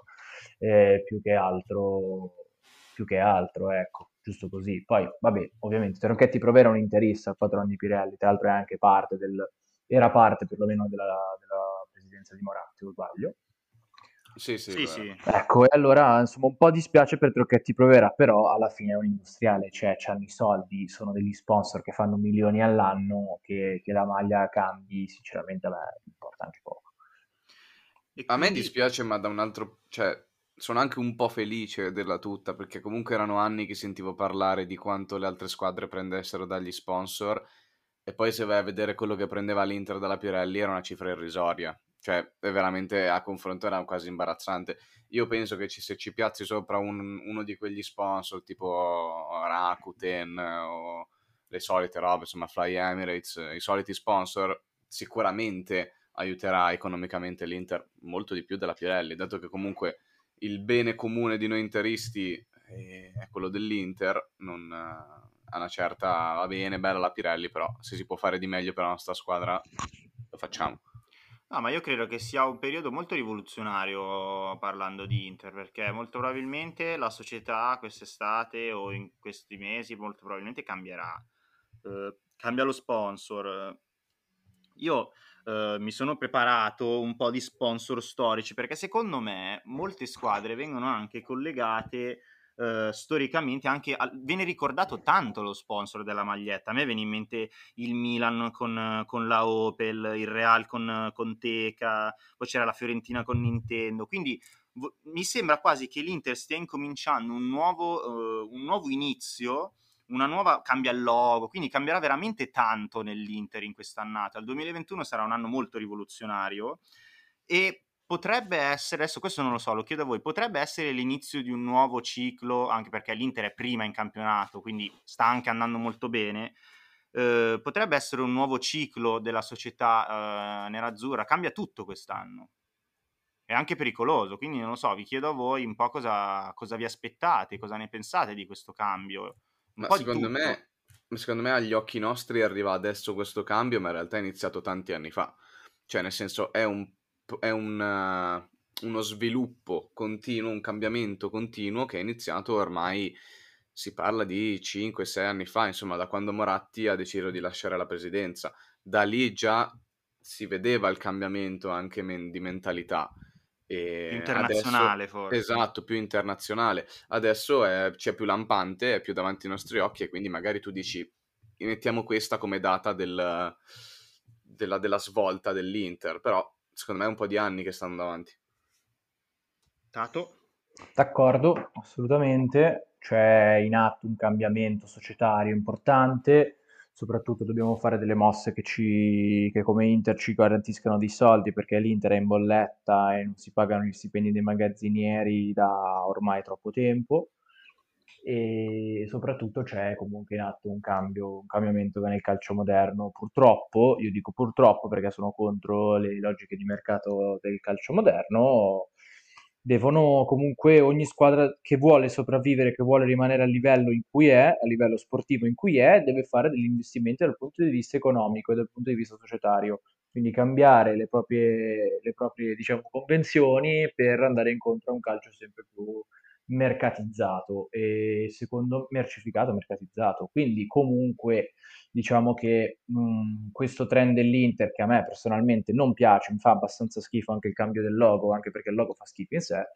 più che altro, ecco, giusto così. Poi, vabbè, ovviamente, Tronchetti Provera è un interista, il padrone di Pirelli, tra l'altro è anche era parte perlomeno della presidenza di Moratti, o sbaglio. Sì, sì, Sì, vero. sì. Ecco, e allora insomma un po' dispiace per Tronchetti Provera, però alla fine è un industriale, cioè c'hanno i soldi, sono degli sponsor che fanno milioni all'anno, che la maglia cambi, sinceramente a me importa anche poco. E A me quindi... dispiace, ma da un altro, cioè, sono anche un po' felice della tutta, perché comunque erano anni che sentivo parlare di quanto le altre squadre prendessero dagli sponsor, e poi se vai a vedere quello che prendeva l'Inter dalla Pirelli era una cifra irrisoria. Cioè, è veramente a confronto era quasi imbarazzante. Io penso che se ci piazzi sopra uno di quegli sponsor, tipo Rakuten o le solite robe, insomma, Fly Emirates, i soliti sponsor, sicuramente aiuterà economicamente l'Inter molto di più della Pirelli, dato che comunque il bene comune di noi interisti è quello dell'Inter, non, a una certa va bene, bella la Pirelli, però se si può fare di meglio per la nostra squadra lo facciamo. No, ma io credo che sia un periodo molto rivoluzionario parlando di Inter, perché molto probabilmente la società quest'estate o in questi mesi molto probabilmente cambierà. Cambia lo sponsor. Io mi sono preparato un po' di sponsor storici, perché secondo me molte squadre vengono anche collegate storicamente anche viene ricordato tanto lo sponsor della maglietta. A me viene in mente il Milan con la Opel, il Real con Teca, poi c'era la Fiorentina con Nintendo, quindi mi sembra quasi che l'Inter stia incominciando un nuovo inizio, una nuova, cambia il logo, quindi cambierà veramente tanto nell'Inter in quest'annata. Il 2021 sarà un anno molto rivoluzionario e potrebbe essere, adesso questo non lo so, lo chiedo a voi, potrebbe essere l'inizio di un nuovo ciclo, anche perché l'Inter è prima in campionato, quindi sta anche andando molto bene. Potrebbe essere un nuovo ciclo della società nerazzurra, cambia tutto quest'anno. È anche pericoloso, quindi non lo so, vi chiedo a voi un po' cosa vi aspettate, cosa ne pensate di questo cambio, un Ma po' di tutto. secondo me agli occhi nostri arriva adesso questo cambio, ma in realtà è iniziato tanti anni fa. Cioè, nel senso, è uno sviluppo continuo, un cambiamento continuo che è iniziato ormai, si parla di 5-6 anni fa, insomma, da quando Moratti ha deciso di lasciare la presidenza. Da lì già si vedeva il cambiamento anche di mentalità. Più E adesso, internazionale forse. esatto, più internazionale. Adesso c'è più lampante, è più davanti ai nostri occhi e quindi magari tu dici, mettiamo questa come data della svolta dell'Inter, però secondo me è un po' di anni che stanno davanti. Tato? D'accordo, assolutamente. C'è in atto un cambiamento societario importante, soprattutto dobbiamo fare delle mosse che come Inter ci garantiscano dei soldi perché l'Inter è in bolletta e non si pagano gli stipendi dei magazzinieri da ormai troppo tempo. E soprattutto c'è comunque in atto un cambiamento nel calcio moderno. Purtroppo, io dico purtroppo perché sono contro le logiche di mercato del calcio moderno, devono comunque ogni squadra che vuole sopravvivere, che vuole rimanere al livello in cui è, a livello sportivo in cui è, deve fare degli investimenti dal punto di vista economico e dal punto di vista societario. Quindi cambiare le proprie diciamo, convenzioni per andare incontro a un calcio sempre più mercatizzato e secondo mercatizzato. Quindi comunque diciamo che questo trend dell'Inter che a me personalmente non piace, mi fa abbastanza schifo anche il cambio del logo, anche perché il logo fa schifo in sé.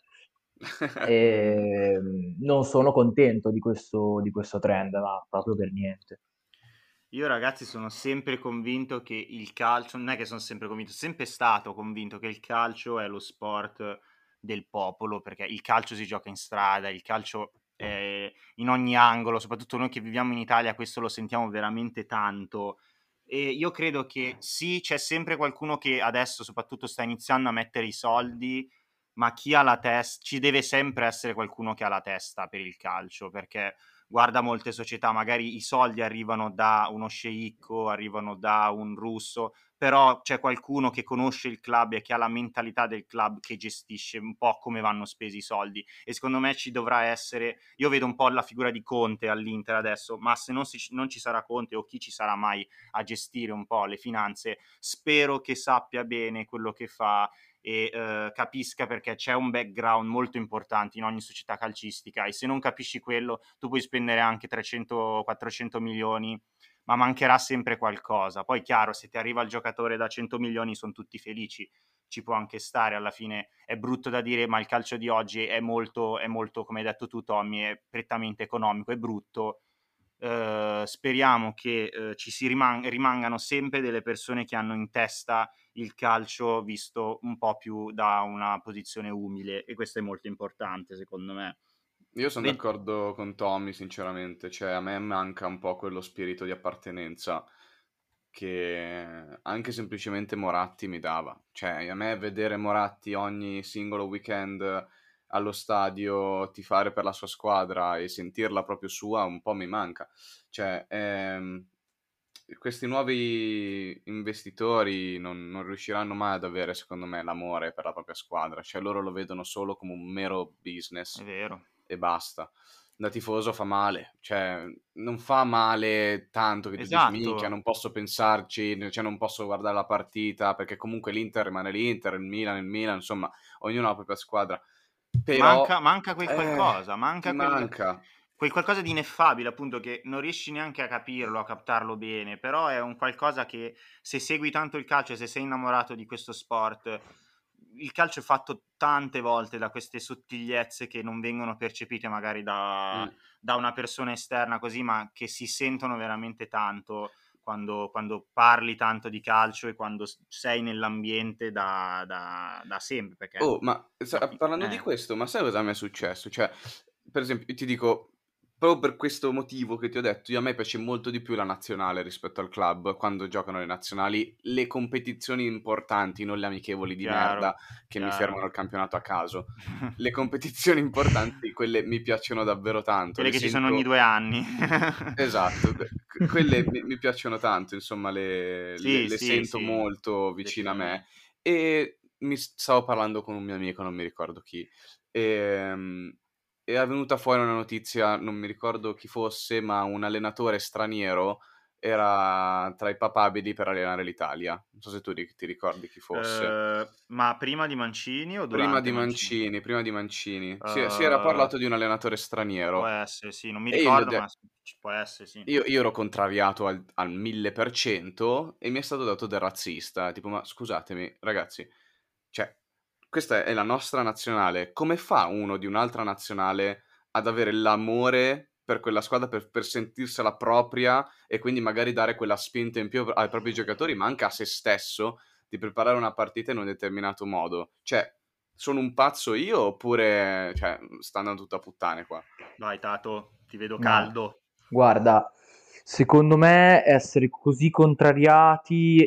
E non sono contento di questo trend, ma proprio per niente. Io ragazzi sono sempre convinto che il calcio, non è che sono sempre convinto, sono sempre stato convinto che il calcio è lo sport del popolo, perché il calcio si gioca in strada, il calcio è in ogni angolo, soprattutto noi che viviamo in Italia, questo lo sentiamo veramente tanto. E io credo che sì, c'è sempre qualcuno che adesso soprattutto sta iniziando a mettere i soldi, ma chi ha la testa, ci deve sempre essere qualcuno che ha la testa per il calcio, perché guarda molte società, magari i soldi arrivano da uno sceicco, arrivano da un russo, però c'è qualcuno che conosce il club e che ha la mentalità del club che gestisce un po' come vanno spesi i soldi e secondo me ci dovrà essere, io vedo un po' la figura di Conte all'Inter adesso, ma se non ci sarà Conte o chi ci sarà mai a gestire un po' le finanze, spero che sappia bene quello che fa e capisca, perché c'è un background molto importante in ogni società calcistica e se non capisci quello tu puoi spendere anche 300-400 milioni ma mancherà sempre qualcosa. Poi chiaro, se ti arriva il giocatore da 100 milioni sono tutti felici, ci può anche stare, alla fine è brutto da dire, ma il calcio di oggi è molto come hai detto tu Tommy, è prettamente economico, è brutto. Speriamo che ci rimangano sempre delle persone che hanno in testa il calcio visto un po' più da una posizione umile e questo è molto importante secondo me. Io sono Ved- d'accordo con Tommy, sinceramente, cioè a me manca un po' quello spirito di appartenenza che anche semplicemente Moratti mi dava. Cioè, a me vedere Moratti ogni singolo weekend allo stadio tifare per la sua squadra e sentirla proprio sua un po' mi manca. Cioè, questi nuovi investitori non riusciranno mai ad avere, secondo me, l'amore per la propria squadra. Cioè, loro lo vedono solo come un mero è business vero. e basta. Da tifoso fa male, cioè non fa male tanto che tu dici minchia, Esatto. non posso pensarci, cioè non posso guardare la partita perché comunque l'Inter rimane l'Inter, il Milan, insomma, ognuno ha la propria squadra. Però Manca quel qualcosa, ti manca manca. quel qualcosa di ineffabile, appunto, che non riesci neanche a capirlo, a captarlo bene, però è un qualcosa che se segui tanto il calcio e se sei innamorato di questo sport, il calcio è fatto tante volte da queste sottigliezze che non vengono percepite magari da una persona esterna così, ma che si sentono veramente tanto quando parli tanto di calcio e quando sei nell'ambiente da sempre, perché Oh, ma parlando di questo, ma sai cosa mi è successo? Cioè, per esempio, ti dico, proprio per questo motivo che ti ho detto, a me piace molto di più la nazionale rispetto al club, quando giocano le nazionali, le competizioni importanti, non le amichevoli di chiaro, merda che mi chiaro. fermano il campionato a caso. Le competizioni importanti, quelle mi piacciono davvero tanto, Quelle le che ci sono ogni sento. 2 anni. Esatto, quelle mi piacciono tanto, insomma, Sì, le sì, sento sì, molto vicine a me. decisamente. E stavo parlando con un mio amico, non mi ricordo chi, ehm, e è venuta fuori una notizia, non mi ricordo chi fosse, ma un allenatore straniero era tra i papabili per allenare l'Italia. Non so se tu ti ricordi chi fosse. Ma prima di Mancini o Prima durante di Mancini? Mancini, prima di Mancini. Si era Uhm, parlato di un allenatore Può straniero essere, sì, non mi e io gli ho ricordo, de ma può essere, sì. io ero contrariato al 1000% e mi è stato dato del razzista, tipo: "Ma scusatemi ragazzi, cioè questa è la nostra nazionale, come fa uno di un'altra nazionale ad avere l'amore per quella squadra, per sentirsela propria e quindi magari dare quella spinta in più ai propri giocatori, ma anche a se stesso, di preparare una partita in un determinato modo? Cioè, sono un pazzo io oppure, cioè, sta andando tutto a puttane qua?" Vai Tato, ti vedo Ma caldo. guarda, secondo me essere così contrariati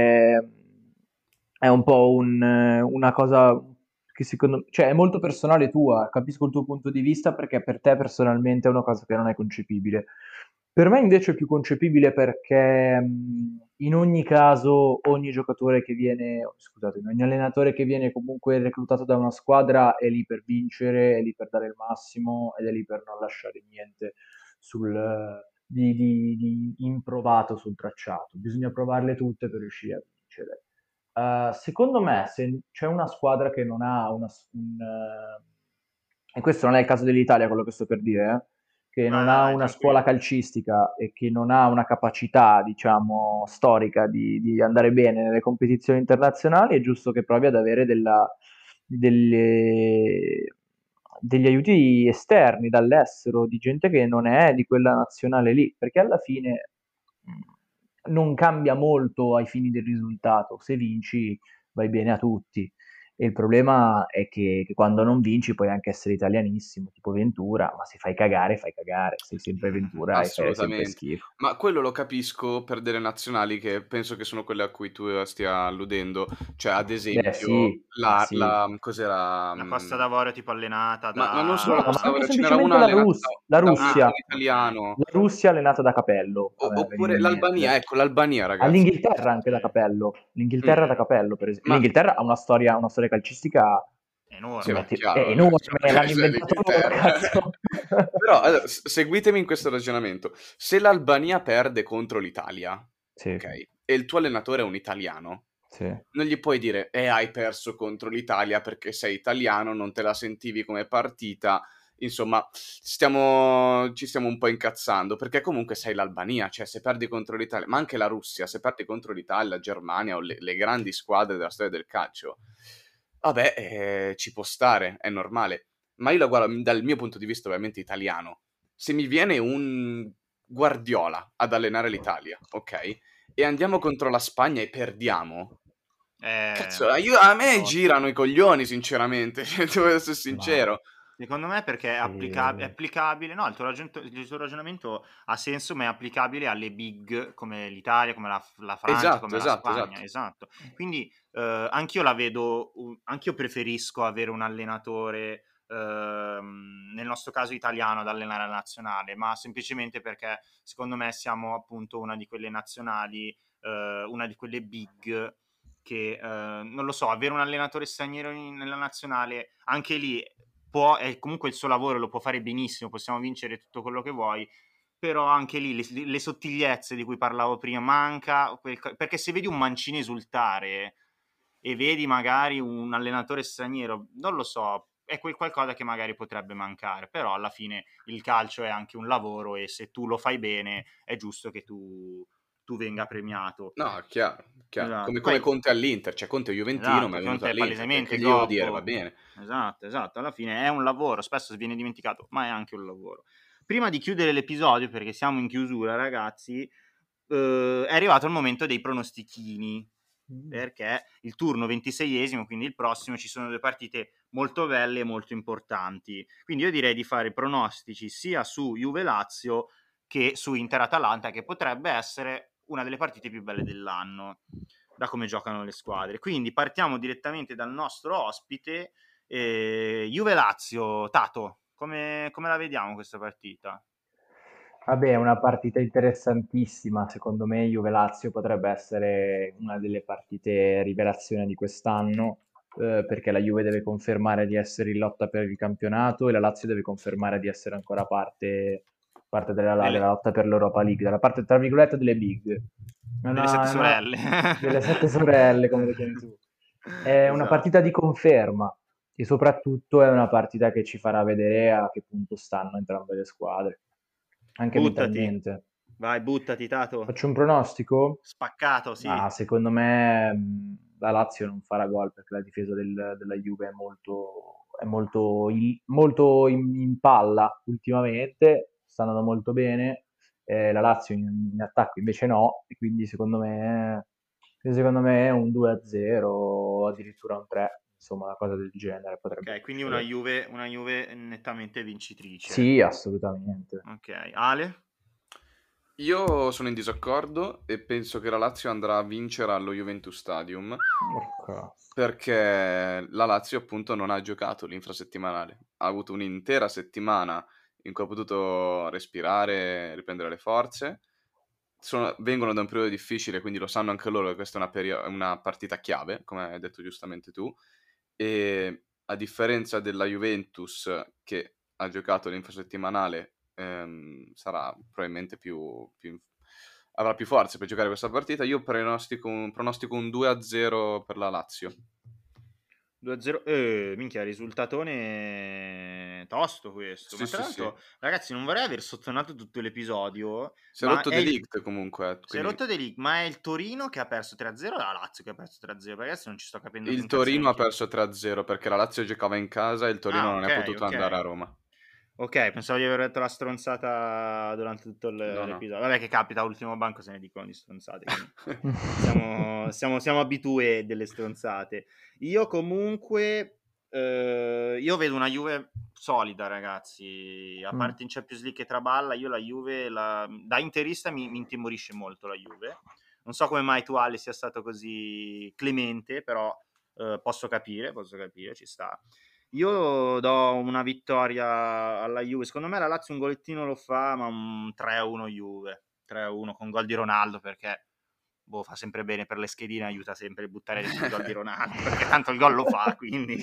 è un po' una cosa che cioè è molto personale tua, capisco il tuo punto di vista perché per te personalmente è una cosa che non è concepibile. Per me invece è più concepibile perché in ogni caso ogni giocatore che viene, scusate, ogni allenatore che viene comunque reclutato da una squadra è lì per vincere, è lì per dare il massimo ed è lì per non lasciare niente di improvato sul tracciato. Bisogna provarle tutte per riuscire a vincere. Secondo me, se c'è una squadra che non ha e questo non è il caso dell'Italia, quello che sto per dire, che Vai, non vai, ha vai, una scuola tranquillo. calcistica e che non ha una capacità, diciamo, storica di andare bene nelle competizioni internazionali, è giusto che provi ad avere delle- degli aiuti esterni dall'estero, di gente che non è di quella nazionale lì, perché alla fine non cambia molto ai fini del risultato. Se vinci, vai bene a tutti. E il problema è che quando non vinci puoi anche essere italianissimo, tipo Ventura, ma se fai cagare, sei sempre Ventura e fai sempre Assolutamente. schifo. Ma quello lo capisco per delle nazionali che penso che sono quelle a cui tu stia alludendo. Cioè, ad Beh, esempio, sì, ma sì. cos'era? La Costa d'Avorio tipo allenata Ma non solo No, la ma Costa anche d'Avorio, ce n'era semplicemente una allenata La da un Russia, ok. italiano. la Russia allenata da Capello, a me veniva Oppure in l'Albania, mente. ecco, l'Albania ragazzi. All'Inghilterra anche da Sì, Capello, Mh. l'Inghilterra da Capello, per esempio. Ma L'Inghilterra ha una storia calcistica, sì, enorme. ma è chiaro, enorme, l'hanno cioè inventato loro, l'Inghilterra. cazzo. Però allora, seguitemi in questo ragionamento. Se l'Albania perde contro l'Italia, Sì, okay, e il tuo allenatore è un italiano, sì. non gli puoi dire: hai perso contro l'Italia perché sei italiano, non te la sentivi come partita." Insomma, ci stiamo un po' incazzando, perché comunque sei l'Albania, cioè se perdi contro l'Italia, ma anche la Russia, se perdi contro l'Italia, la Germania o le grandi squadre della storia del calcio, vabbè, ci può stare, è normale. Ma io la guardo dal mio punto di vista ovviamente italiano. Se mi viene un Guardiola ad allenare l'Italia, okay, e andiamo contro la Spagna e perdiamo, Eh, cazzo, a me tosto. girano i coglioni sinceramente, cioè devo essere Ma sincero. Secondo me perché è sì. applicabile, no, il tuo ragionamento ha senso, ma è applicabile alle big come l'Italia, come la Francia, Esatto, come la esatto, Spagna, esatto. esatto. Quindi anch'io la vedo, anch'io preferisco avere un allenatore, nel nostro caso italiano, ad allenare la nazionale, ma semplicemente perché secondo me siamo appunto una di quelle nazionali, una di quelle big che, non lo so, avere un allenatore straniero nella nazionale, anche lì è comunque il suo lavoro, lo può fare benissimo, possiamo vincere tutto quello che vuoi, però anche lì le sottigliezze di cui parlavo prima manca, perché se vedi un Mancini esultare e vedi magari un allenatore straniero, non lo so, è quel qualcosa che magari potrebbe mancare, però alla fine il calcio è anche un lavoro e se tu lo fai bene è giusto che tu tu venga premiato. No, chiaro. Esatto. Come Poi, Conte all'Inter, cioè Conte è juventino, ma esatto, è venuto Conte è all'Inter, che palesemente gli devo dire, va gobbo. bene. Esatto, alla fine è un lavoro, spesso viene dimenticato, ma è anche un lavoro. Prima di chiudere l'episodio, perché siamo in chiusura, ragazzi, è arrivato il momento dei pronostichini, perché il turno 26esimo, quindi il prossimo, ci sono due partite molto belle e molto importanti. Quindi io direi di fare pronostici sia su Juve-Lazio che su Inter-Atalanta, che potrebbe essere una delle partite più belle dell'anno, da come giocano le squadre. Quindi partiamo direttamente dal nostro ospite, Juve-Lazio. Tato, come la vediamo questa partita? Vabbè, è una partita interessantissima, secondo me Juve-Lazio potrebbe essere una delle partite rivelazione di quest'anno, perché la Juve deve confermare di essere in lotta per il campionato e la Lazio deve confermare di essere ancora parte della lotta per l'Europa League, dalla parte tra virgolette delle big. Delle sette sorelle. Delle sette sorelle, come le chiami tu. È una Esatto. partita di conferma e soprattutto è una partita che ci farà vedere a che punto stanno entrambe le squadre, anche Buttati. mentalmente. Vai, buttati, Tato. Faccio un pronostico? Spaccato, sì. Secondo me la Lazio non farà gol perché la difesa della Juve molto in palla ultimamente, sta andando molto bene, la Lazio in attacco invece no, e quindi secondo me un 2-0 o addirittura un 3, insomma una cosa del genere potrebbe Ok, quindi succedere. Una Juve nettamente vincitrice. Sì, assolutamente. Ok, Ale? Io sono in disaccordo e penso che la Lazio andrà a vincere allo Juventus Stadium Porca. perché la Lazio appunto non ha giocato l'infrasettimanale. Ha avuto un'intera settimana in cui ha potuto respirare, riprendere le forze. Vengono da un periodo difficile, quindi lo sanno anche loro che questa è una partita chiave, come hai detto giustamente tu. E a differenza della Juventus che ha giocato l'infrasettimanale, sarà probabilmente avrà più forze per giocare questa partita. Io pronostico un 2-0 per la Lazio. 2-0. Minchia, risultatone tosto questo. Sì, Ma tra sì, sì. l'altro, ragazzi, non vorrei aver sottonato tutto l'episodio, Si è ma rotto è De il... Ligt comunque, Si è quindi rotto De Ligt, ma è il Torino che ha perso 3-0 o la Lazio che ha perso 3-0? Perché adesso non ci sto capendo che il cazzo Torino ha neanche io. perso 3-0 perché la Lazio giocava in casa e il Torino Ah, non ok, è potuto ok. andare a Roma. Ok, pensavo di aver detto la stronzata durante tutto No, no. l'episodio. Vabbè, che capita, ultimo banco se ne dicono di stronzate, quindi siamo abitué delle stronzate. Io comunque, io vedo una Juve solida, ragazzi. A Mm. parte in Champions League che traballa, io la Juve, da interista mi intimorisce molto la Juve. Non so come mai tu, Ale, sia stato così clemente, però posso capire, ci sta. Io do una vittoria alla Juve. Secondo me la Lazio un golettino lo fa, ma un 3-1 Juve. 3-1 con gol di Ronaldo perché fa sempre bene per le schedine, aiuta sempre a buttare dentro il gol di Ronaldo perché tanto il gol lo fa, quindi.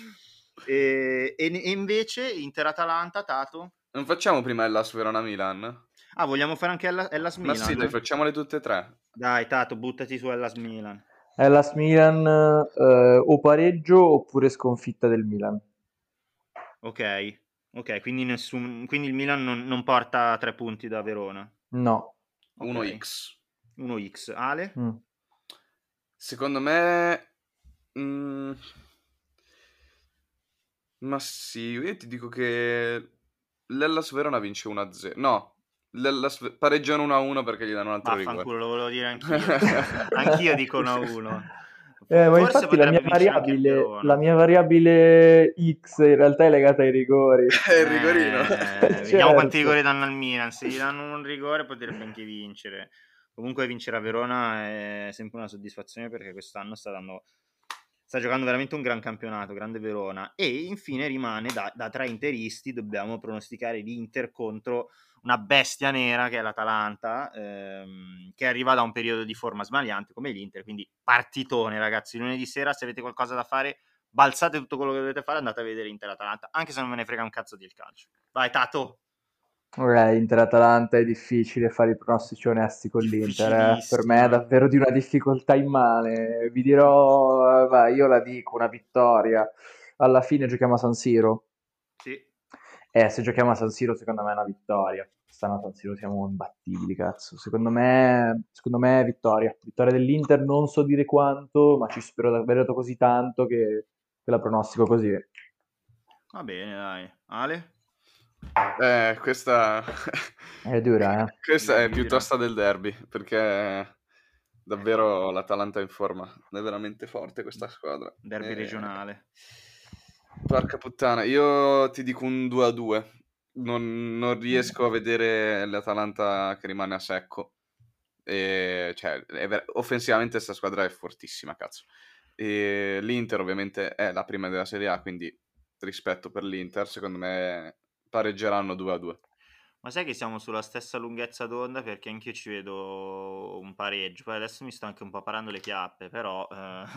E invece Inter-Atalanta, Tato? Non facciamo prima Hellas Verona-Milan? Ah, vogliamo fare anche Hellas Ma sì, dai, Milan? facciamole tutte e tre. Dai, Tato, buttati su Hellas Milan. Hellas Milan o pareggio oppure sconfitta del Milan. Ok, ok, quindi il Milan non porta 3 punti da Verona. No. Ok, 1x. 1x. Ale? Mm. Secondo me... ma sì, io ti dico che l'Hellas Verona vince 1-0. No, pareggiano 1-1 perché gli danno un altro rigore. Vaffanculo, lo volevo dire anch'io. Anch'io dico 1-1. Ma Forse infatti potrebbe vincere anche il la Verona. mia variabile X in realtà è legata ai rigori. È il rigorino. Vediamo quanti Certo. rigori danno al Milan. Se gli danno un rigore potrebbe anche vincere. Comunque vincere a Verona è sempre una soddisfazione perché quest'anno sta giocando veramente un gran campionato, grande Verona. E infine rimane da tre interisti, dobbiamo pronosticare l'Inter contro una bestia nera che è l'Atalanta, che arriva da un periodo di forma smagliante come l'Inter, quindi partitone ragazzi, lunedì sera se avete qualcosa da fare, balzate tutto quello che dovete fare, andate a vedere Inter-Atalanta, anche se non me ne frega un cazzo del calcio. Vai Tato! Inter-Atalanta è difficile fare i pronostici onesti con l'Inter. Per me è Difficilissima. davvero di una difficoltà immane. Vi dirò, io la dico, una vittoria. Alla fine giochiamo a San Siro. Sì. Se giochiamo a San Siro, secondo me è una vittoria. Quest'anno a San Siro siamo imbattibili, cazzo. Secondo me è vittoria. Vittoria dell'Inter, non so dire quanto, ma ci spero davvero così tanto che la pronostico così. Va bene, dai. Ale? Questa È dura, eh? questa è Dura. più tosta del derby, perché davvero l'Atalanta è in forma, è veramente forte questa squadra. Derby regionale. Porca puttana, io ti dico un 2-2. Non riesco a vedere l'Atalanta che rimane a secco. Cioè, offensivamente questa squadra è fortissima, cazzo. E l'Inter ovviamente è la prima della Serie A, quindi rispetto per l'Inter, secondo me pareggeranno 2-2. Ma sai che siamo sulla stessa lunghezza d'onda, perché anch'io ci vedo un pareggio. Poi adesso mi sto anche un po' parando le chiappe, però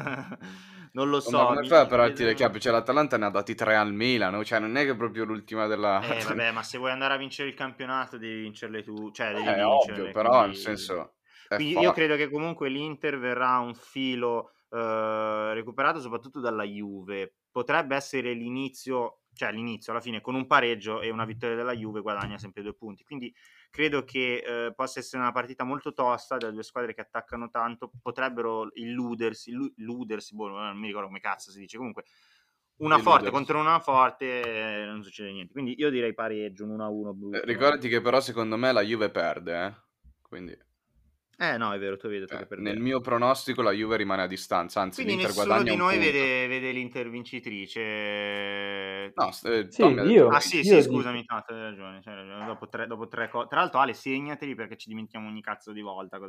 non lo Ma so. come fai a pararti le chiappe? Cioè, l'Atalanta ne ha dati 3 al Milano, cioè non è che è proprio l'ultima della... Vabbè, ma se vuoi andare a vincere il campionato devi vincerle tu, cioè devi È ovvio, vincerle, però nel quindi... senso è Quindi io forte. credo che comunque l'Inter verrà un filo recuperato soprattutto dalla Juve. Potrebbe essere l'inizio, cioè l'inizio alla fine con un pareggio e una vittoria della Juve guadagna sempre 2 punti. Quindi credo che possa essere una partita molto tosta da due squadre che attaccano tanto, potrebbero illudersi, boh, non mi ricordo come cazzo si dice, comunque una forte Illudersi. contro una forte non succede niente. Quindi io direi pareggio, un 1-1 brutto. Ricordati che però secondo me la Juve perde, quindi No, è vero, tu hai detto che nel perderà. mio pronostico la Juve rimane a distanza, anzi Quindi l'Inter nessuno guadagna di un noi punto. vede l'Inter vincitrice. No, Sì, Tommy ha detto io, Ah che sì, vince. io scusami, dico... tanto hai ragione. Dopo tre Tra l'altro Ale, segnateli perché ci dimentichiamo ogni cazzo di volta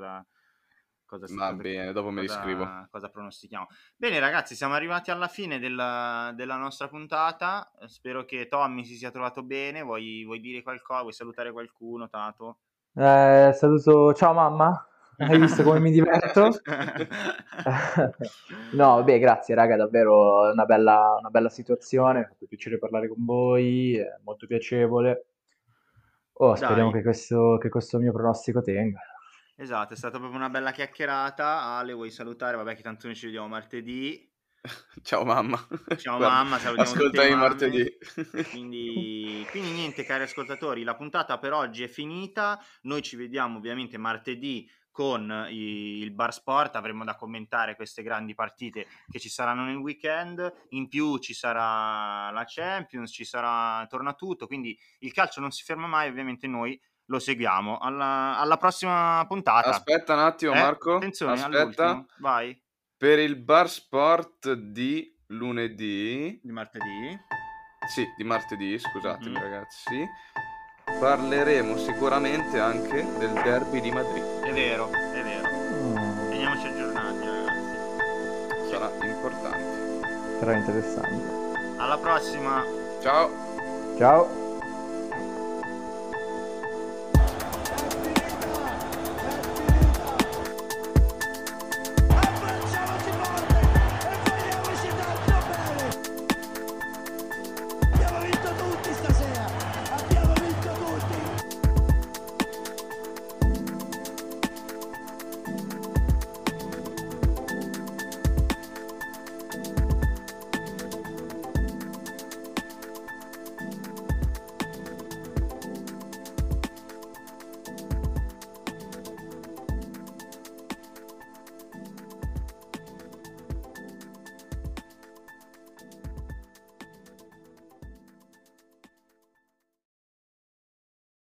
Va bene, dopo me li scrivo. cosa pronostichiamo. Bene ragazzi, siamo arrivati alla fine della nostra puntata. Spero che Tommy si sia trovato bene. Vuoi dire qualcosa? Vuoi salutare qualcuno, Tato? Saluto, ciao mamma, hai visto come mi diverto? No, beh, grazie raga, davvero una bella situazione, mi ha fatto piacere parlare con voi, è molto piacevole. Oh, speriamo Dai. che questo mio pronostico tenga. Esatto, è stata proprio una bella chiacchierata. Ale, vuoi salutare? Vabbè, che tanto noi ci vediamo martedì. Ciao mamma. Ciao Guarda, mamma, salutiamo tutte le ascoltami martedì. mamme. Quindi niente, cari ascoltatori, la puntata per oggi è finita. Noi ci vediamo ovviamente martedì con il Bar Sport. Avremo da commentare queste grandi partite che ci saranno nel weekend. In più ci sarà la Champions, torna tutto. Quindi il calcio non si ferma mai, ovviamente noi lo seguiamo. Alla prossima puntata. Aspetta un attimo, Marco. Attenzione, Aspetta. all'ultimo. Vai, Per il bar sport di lunedì, di martedì. sì, di martedì, scusatemi Mhm. ragazzi, parleremo sicuramente anche del derby di Madrid. È vero, è vero. Mm, Teniamoci aggiornati, ragazzi. Sarà importante. sarà interessante. Alla prossima! Ciao! Ciao!